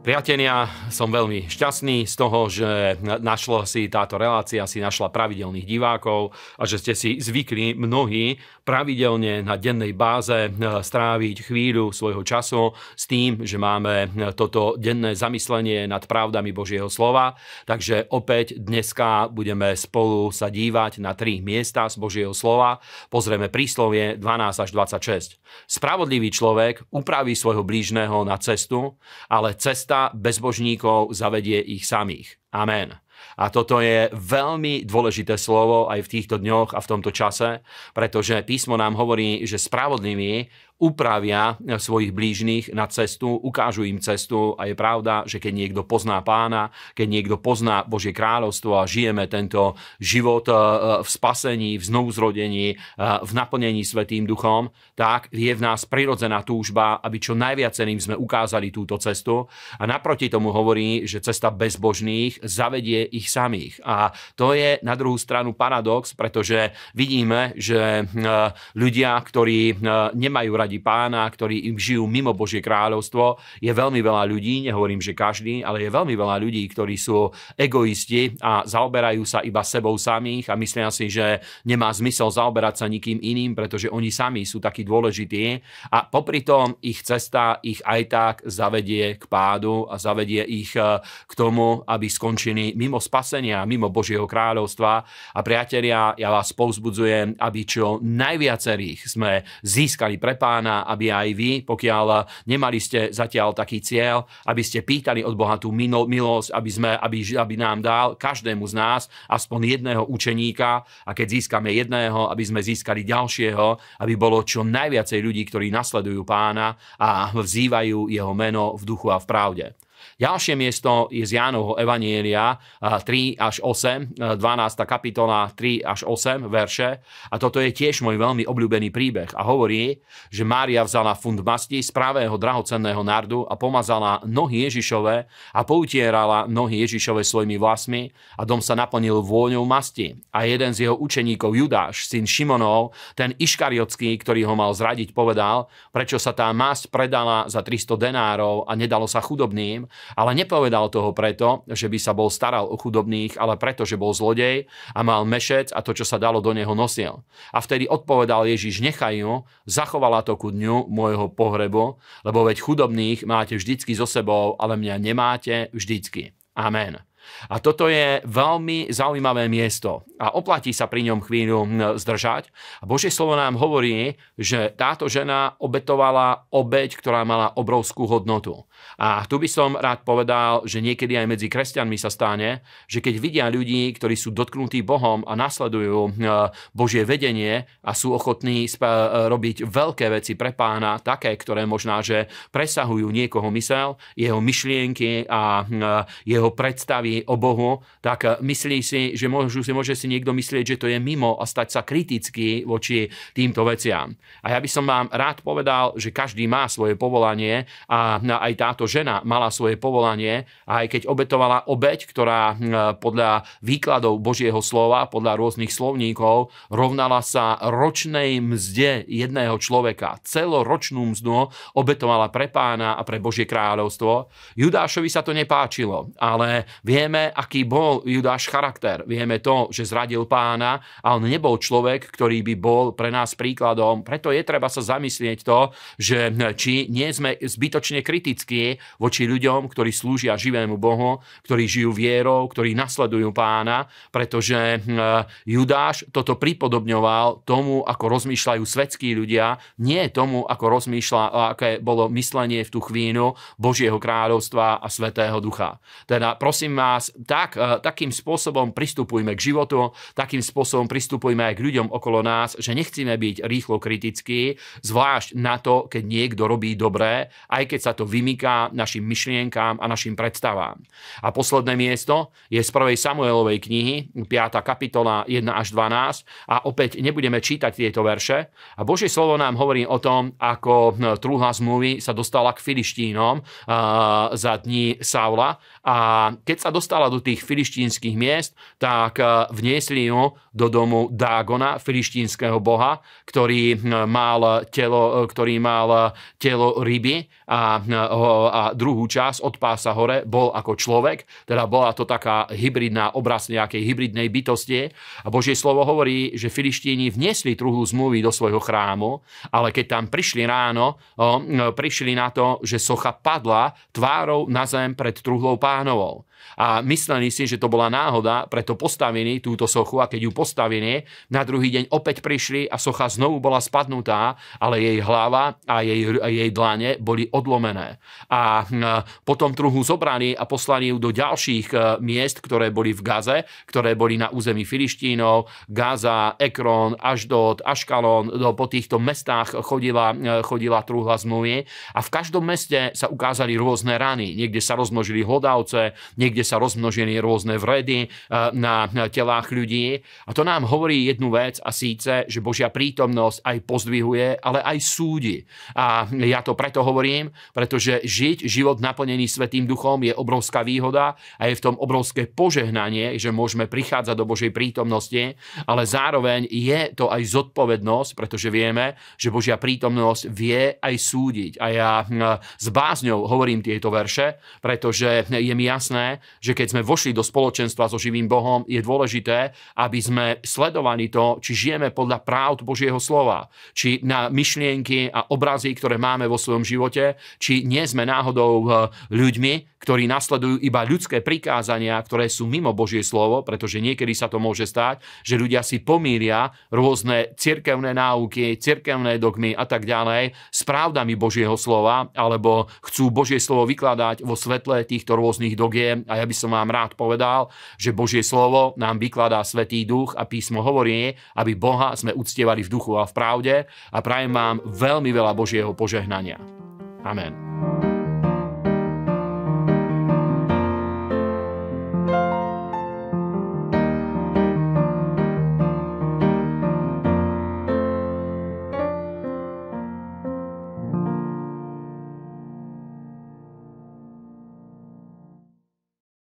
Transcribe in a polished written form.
Priatelia, som veľmi šťastný z toho, že táto relácia si našla pravidelných divákov a že ste si zvykli mnohí pravidelne na dennej báze stráviť chvíľu svojho času s tým, že máme toto denné zamyslenie nad pravdami Božieho slova. Takže opäť dneska budeme spolu sa dívať na 3 miesta z Božieho slova. Pozrieme príslovie 12 až 26. Spravodlivý človek upraví svojho blížneho na cestu, ale cesta bezbožníkov zavedie ich samých. Amen. A toto je veľmi dôležité slovo aj v týchto dňoch a v tomto čase, pretože písmo nám hovorí, že spravodliví upravia svojich blížnych na cestu, ukážu im cestu a je pravda, že keď niekto pozná Pána, keď niekto pozná Božie kráľovstvo a žijeme tento život v spasení, v znovuzrodení, v naplnení Svätým Duchom, tak je v nás prirodzená túžba, aby čo najviacerým sme ukázali túto cestu a naproti tomu hovorí, že cesta bezbožných zavedie ich samých. A to je na druhú stranu paradox, pretože vidíme, že ľudia, ktorí nemajú radi Pána, ktorí im žijú mimo Božie kráľovstvo, je veľmi veľa ľudí, nehovorím, že každý, ale je veľmi veľa ľudí, ktorí sú egoisti a zaoberajú sa iba sebou samých a myslia si, že nemá zmysel zaoberať sa nikým iným, pretože oni sami sú takí dôležití a popri tom ich cesta ich aj tak zavedie k pádu a zavedie ich k tomu, aby skončili mimo spasenia, mimo Božieho kráľovstva. A priatelia, ja vás povzbudzujem, aby čo najviacerých sme získali pre Pána, aby aj vy, pokiaľ nemali ste zatiaľ taký cieľ, aby ste pýtali od Boha tú milosť, aby nám dal každému z nás aspoň jedného učeníka a keď získame jedného, aby sme získali ďalšieho, aby bolo čo najviacej ľudí, ktorí nasledujú Pána a vzývajú jeho meno v duchu a v pravde. Ďalšie miesto je z Jánovho evanjelia 3 až 8, 12. kapitola 3 až 8 verše. A toto je tiež môj veľmi obľúbený príbeh. A hovorí, že Mária vzala fund masti z pravého drahocenného nardu a pomazala nohy Ježišove a poutierala nohy Ježišove svojimi vlasmi a dom sa naplnil vôňou masti. A jeden z jeho učeníkov, Judáš, syn Šimonov, ten Iškariotský, ktorý ho mal zradiť, povedal, prečo sa tá masť predala za 300 denárov a nedalo sa chudobným. Ale nepovedal toho preto, že by sa bol staral o chudobných, ale preto, že bol zlodej a mal mešec a to, čo sa dalo, do neho nosil. A vtedy odpovedal Ježiš, nechaj ju, zachovala to ku dňu môjho pohrebu, lebo veď chudobných máte vždycky so sebou, ale mňa nemáte vždycky. Amen. A toto je veľmi zaujímavé miesto a oplatí sa pri ňom chvíľu zdržať. A Božie slovo nám hovorí, že táto žena obetovala obeť, ktorá mala obrovskú hodnotu. A tu by som rád povedal, že niekedy aj medzi kresťanmi sa stane, že keď vidia ľudí, ktorí sú dotknutí Bohom a nasledujú Božie vedenie a sú ochotní robiť veľké veci pre Pána, také, ktoré možná, že presahujú niekoho mysel, jeho myšlienky a jeho predstavy o Bohu, tak myslí si, že môže si niekto myslieť, že to je mimo a stať sa kritický voči týmto veciam. A ja by som vám rád povedal, že každý má svoje povolanie a aj táto žena mala svoje povolanie a aj keď obetovala obeť, ktorá podľa výkladov Božieho slova, podľa rôznych slovníkov, rovnala sa ročnej mzde jedného človeka. Celoročnú mzdu obetovala pre Pána a pre Božie kráľovstvo. Judášovi sa to nepáčilo, ale vieme, aký bol Judáš charakter. Vieme to, že zradil Pána a on nebol človek, ktorý by bol pre nás príkladom. Preto je treba sa zamyslieť to, že či nie sme zbytočne kritickí voči ľuďom, ktorí slúžia živému Bohu, ktorí žijú vierou, ktorí nasledujú Pána, pretože Judáš toto pripodobňoval tomu, ako rozmýšľajú svetskí ľudia, nie tomu, ako aké bolo myslenie v tú chvíľu Božieho kráľovstva a Svätého Ducha. Teda prosím vás, takým spôsobom pristupujme k životu, takým spôsobom pristupujme aj k ľuďom okolo nás, že nechceme byť rýchlo kritickí, zvlášť na to, keď niekto robí dobré, aj keď sa to vymýka našim myšlienkám a našim predstavám. A posledné miesto je z 1. Samuelovej knihy, 5. kapitola 1 až 12 a opäť nebudeme čítať tieto verše. A Božie slovo nám hovorí o tom, ako trúhla zmluvy sa dostala k Filištínom za dní Saula a keď sa dostala do tých filištínskych miest, tak vniesli ju do domu Dágona, filištínskeho boha, ktorý mal telo ryby a druhú časť od pása hore bol ako človek, teda bola to taká hybridná obraz nejakej hybridnej bytosti. A Božie slovo hovorí, že Filištíni vniesli truhlu zmluvy do svojho chrámu, ale keď tam prišli ráno, prišli na to, že socha padla tvárou na zem pred truhlou Pánovou. A mysleli si, že to bola náhoda, preto postavili túto sochu a keď ju postavili, na druhý deň opäť prišli a socha znovu bola spadnutá, ale jej hlava a jej dlane boli odlomené. A potom truhlu zobrali a poslali ju do ďalších miest, ktoré boli v Gaze, ktoré boli na území Filištínov, Gaza, Ekron, Ašdod, Aškalón, po týchto mestách chodila truhla zmluvy a v každom meste sa ukázali rôzne rany. Niekde sa rozmnožili hlodavce, niekde sa rozmnožili rôzne vredy na telách ľudí. A to nám hovorí jednu vec a síce, že Božia prítomnosť aj pozdvihuje, ale aj súdi. A ja to preto hovorím, pretože žiť život naplnený Svätým Duchom je obrovská výhoda a je v tom obrovské požehnanie, že môžeme prichádzať do Božej prítomnosti, ale zároveň je to aj zodpovednosť, pretože vieme, že Božia prítomnosť vie aj súdiť. A ja s bázňou hovorím tieto verše, pretože je mi jasné, že keď sme vošli do spoločenstva so živým Bohom, je dôležité, aby sme sledovali to, či žijeme podľa pravd Božieho slova, či na myšlienky a obrazy, ktoré máme vo svojom živote, či nie sme náhodou ľuďmi, ktorí nasledujú iba ľudské prikázania, ktoré sú mimo Božie slovo, pretože niekedy sa to môže stať, že ľudia si pomýlia rôzne cirkevné náuky, cirkevné dogmy a tak ďalej s pravdami Božieho slova, alebo chcú Božie slovo vykladať vo svetle týchto rôznych dogiem. A ja by som vám rád povedal, že Božie slovo nám vykladá Svätý Duch a písmo hovorí, aby Boha sme uctievali v duchu a v pravde a prajem vám veľmi veľa Božieho požehnania. Amen.